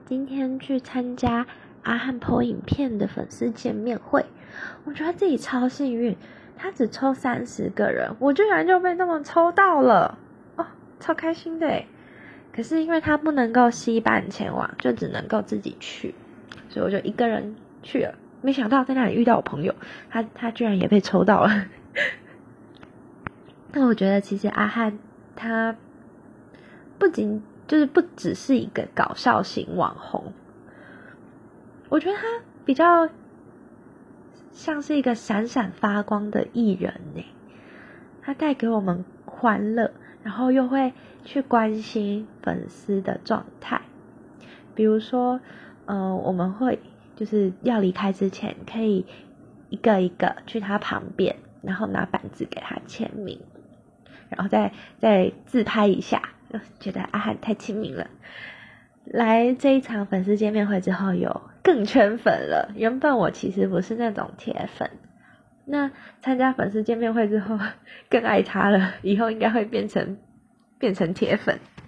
今天去参加阿汉 po 影片的粉丝见面会，我觉得自己超幸运，他只抽30个人，我居然就被他们抽到了，超开心的耶。可是因为他不能够携伴前往，就只能够自己去，所以我就一个人去了。没想到在那里遇到我朋友，他居然也被抽到了。那我觉得其实阿汉他不只是一个搞笑型网红，我觉得他比较像是一个闪闪发光的艺人耶。他带给我们欢乐，然后又会去关心粉丝的状态。比如说我们会就是要离开之前，可以一个一个去他旁边，然后拿板子给他签名，然后再自拍一下，觉得阿汉太亲民了。来这一场粉丝见面会之后，有更圈粉了。原本我其实不是那种铁粉，那参加粉丝见面会之后更爱他了，以后应该会变成铁粉。